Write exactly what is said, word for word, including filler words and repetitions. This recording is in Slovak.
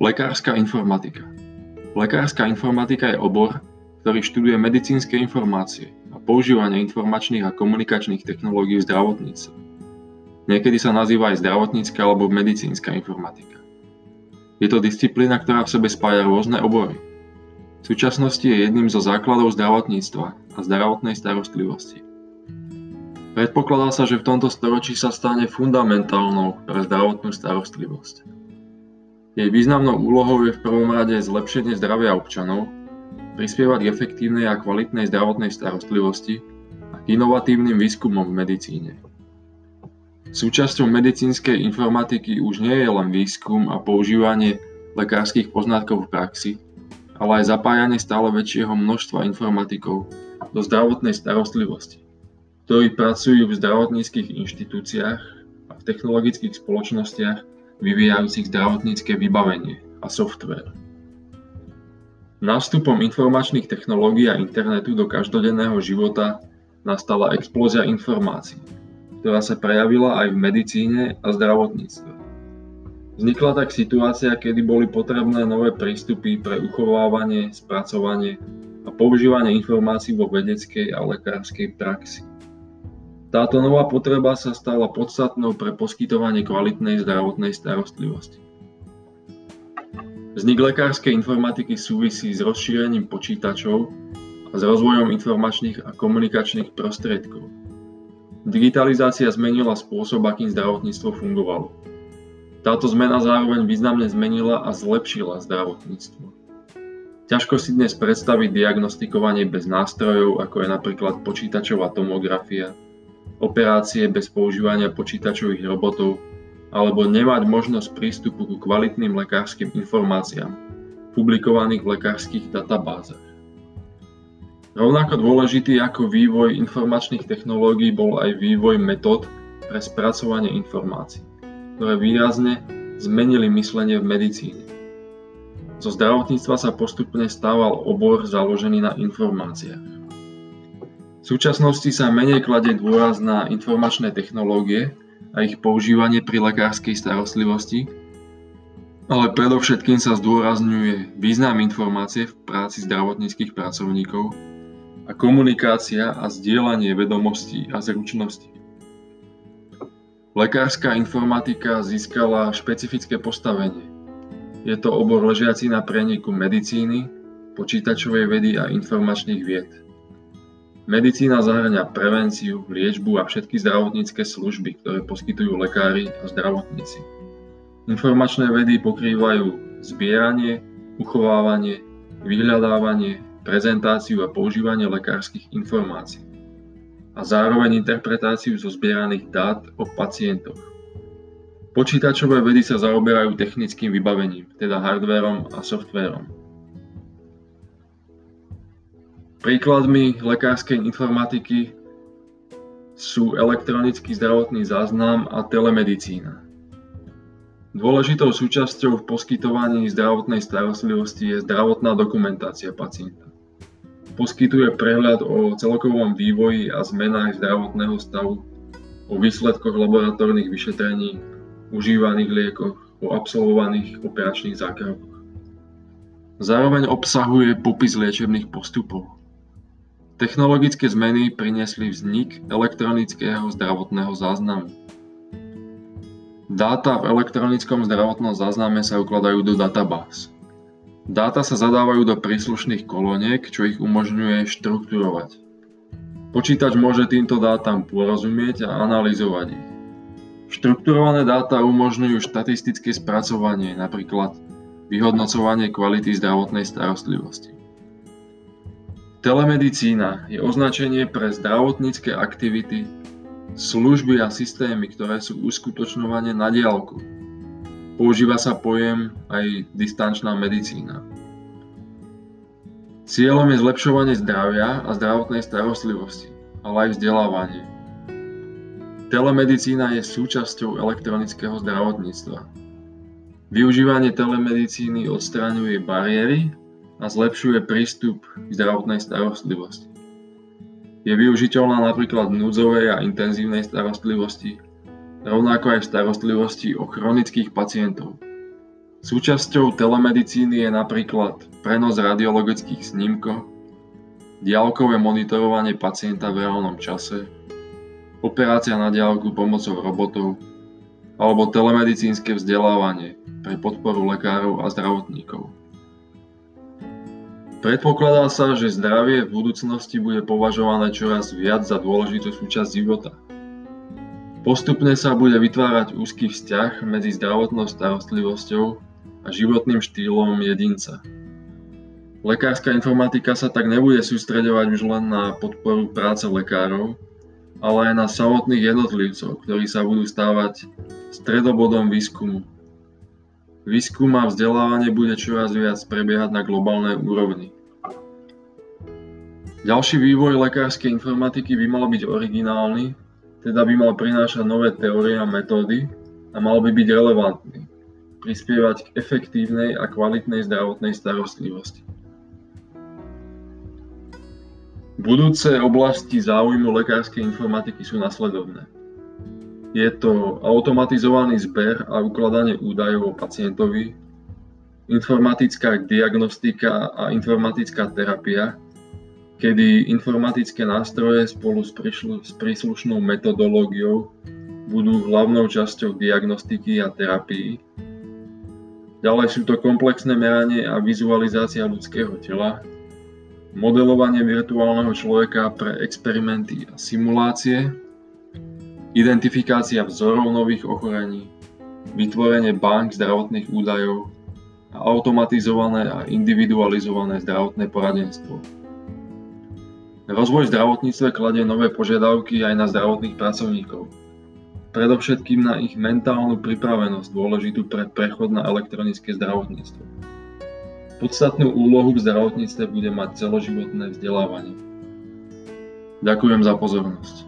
Lekárska informatika. Lekárska informatika je obor, ktorý študuje medicínske informácie a používanie informačných a komunikačných technológií v zdravotníctve. Niekedy sa nazýva aj zdravotnícka alebo medicínska informatika. Je to disciplína, ktorá v sebe spája rôzne obory. V súčasnosti je jedným zo základov zdravotníctva a zdravotnej starostlivosti. Predpokladá sa, že v tomto storočí sa stane fundamentálnou pre zdravotnú starostlivosť. Jej významnou úlohou je v prvom rade zlepšenie zdravia občanov, prispievať k efektívnej a kvalitnej zdravotnej starostlivosti a k inovatívnym výskumom v medicíne. Súčasťou medicínskej informatiky už nie je len výskum a používanie lekárskych poznatkov v praxi, ale aj zapájanie stále väčšieho množstva informatikov do zdravotnej starostlivosti, ktorí pracujú v zdravotníckych inštitúciách a v technologických spoločnostiach vyvíjajúcich zdravotnícke vybavenie a software. Nástupom informačných technológií a internetu do každodenného života nastala explózia informácií, ktorá sa prejavila aj v medicíne a zdravotníctve. Vznikla tak situácia, kedy boli potrebné nové prístupy pre uchovávanie, spracovanie a používanie informácií vo vedeckej a lekárskej praxi. Táto nová potreba sa stala podstatnou pre poskytovanie kvalitnej zdravotnej starostlivosti. Vznik lekárskej informatiky súvisí s rozšírením počítačov a s rozvojom informačných a komunikačných prostriedkov. Digitalizácia zmenila spôsob, akým zdravotníctvo fungovalo. Táto zmena zároveň významne zmenila a zlepšila zdravotníctvo. Ťažko si dnes predstaviť diagnostikovanie bez nástrojov, ako je napríklad počítačová tomografia, operácie bez používania počítačových robotov alebo nemať možnosť prístupu ku kvalitným lekárskym informáciám publikovaných v lekárskych databázach. Rovnako dôležitý ako vývoj informačných technológií bol aj vývoj metód pre spracovanie informácií, ktoré výrazne zmenili myslenie v medicíne. Zo zdravotníctva sa postupne stával obor založený na informáciách. V súčasnosti sa menej kladie dôraz na informačné technológie a ich používanie pri lekárskej starostlivosti, ale predovšetkým sa zdôrazňuje význam informácie v práci zdravotníckych pracovníkov a komunikácia a zdieľanie vedomostí a zručností. Lekárska informatika získala špecifické postavenie. Je to obor ležiaci na prieniku medicíny, počítačovej vedy a informačných vied. Medicína zahŕňa prevenciu, liečbu a všetky zdravotnícke služby, ktoré poskytujú lekári a zdravotníci. Informačné vedy pokrývajú zbieranie, uchovávanie, vyhľadávanie, prezentáciu a používanie lekárskych informácií a zároveň interpretáciu zo zbieraných dát o pacientoch. Počítačové vedy sa zaoberajú technickým vybavením, teda hardvérom a softvérom. Príkladmi lekárskej informatiky sú elektronický zdravotný záznam a telemedicína. Dôležitou súčasťou v poskytovaní zdravotnej starostlivosti je zdravotná dokumentácia pacienta. Poskytuje prehľad o celkovom vývoji a zmenách zdravotného stavu, o výsledkoch laboratórnych vyšetrení, užívaných liekoch, o absolvovaných operačných zákrokoch. Zároveň obsahuje popis liečebných postupov. Technologické zmeny priniesli vznik elektronického zdravotného záznamu. Dáta v elektronickom zdravotnom zázname sa ukladajú do databáz. Dáta sa zadávajú do príslušných kolóniek, čo ich umožňuje štruktúrovať. Počítač môže týmto dátam porozumieť a analyzovať ich. Štrukturované dáta umožňujú štatistické spracovanie, napríklad vyhodnocovanie kvality zdravotnej starostlivosti. Telemedicína je označenie pre zdravotnícke aktivity, služby a systémy, ktoré sú uskutočňované na diaľku. Používa sa pojem aj distančná medicína. Cieľom je zlepšovanie zdravia a zdravotnej starostlivosti, ale aj vzdelávanie. Telemedicína je súčasťou elektronického zdravotníctva. Využívanie telemedicíny odstraňuje bariéry a zlepšuje prístup k zdravotnej starostlivosti. Je využiteľná napríklad v núdzovej a intenzívnej starostlivosti, rovnako aj v starostlivosti o chronických pacientov. Súčasťou telemedicíny je napríklad prenos radiologických snímkov, diaľkové monitorovanie pacienta v reálnom čase, operácia na diaľku pomocou robotov alebo telemedicínske vzdelávanie pre podporu lekárov a zdravotníkov. Predpokladá sa, že zdravie v budúcnosti bude považované čoraz viac za dôležitú súčasť života. Postupne sa bude vytvárať úzky vzťah medzi zdravotnou starostlivosťou a životným štýlom jedinca. Lekárska informatika sa tak nebude sústreďovať už len na podporu práce lekárov, ale aj na samotných jednotlivcov, ktorí sa budú stávať stredobodom výskumu. Výskum a vzdelávanie bude čoraz viac prebiehať na globálnej úrovni. Ďalší vývoj lekárskej informatiky by mal byť originálny, teda by mal prinášať nové teórie a metódy a mal by byť relevantný, prispievať k efektívnej a kvalitnej zdravotnej starostlivosti. Budúce oblasti záujmu lekárskej informatiky sú nasledovné. Je to automatizovaný zber a ukladanie údajov o pacientovi, informatická diagnostika a informatická terapia, kedy informatické nástroje spolu s, prišlu, s príslušnou metodológiou budú hlavnou časťou diagnostiky a terapii. Ďalej sú to komplexné meranie a vizualizácia ľudského tela, modelovanie virtuálneho človeka pre experimenty a simulácie, identifikácia vzorov nových ochorení, vytvorenie bank zdravotných údajov a automatizované a individualizované zdravotné poradenstvo. Rozvoj v zdravotníctve kladie nové požiadavky aj na zdravotných pracovníkov, predovšetkým na ich mentálnu pripravenosť dôležitú pre prechod na elektronické zdravotníctvo. Podstatnú úlohu v zdravotníctve bude mať celoživotné vzdelávanie. Ďakujem za pozornosť.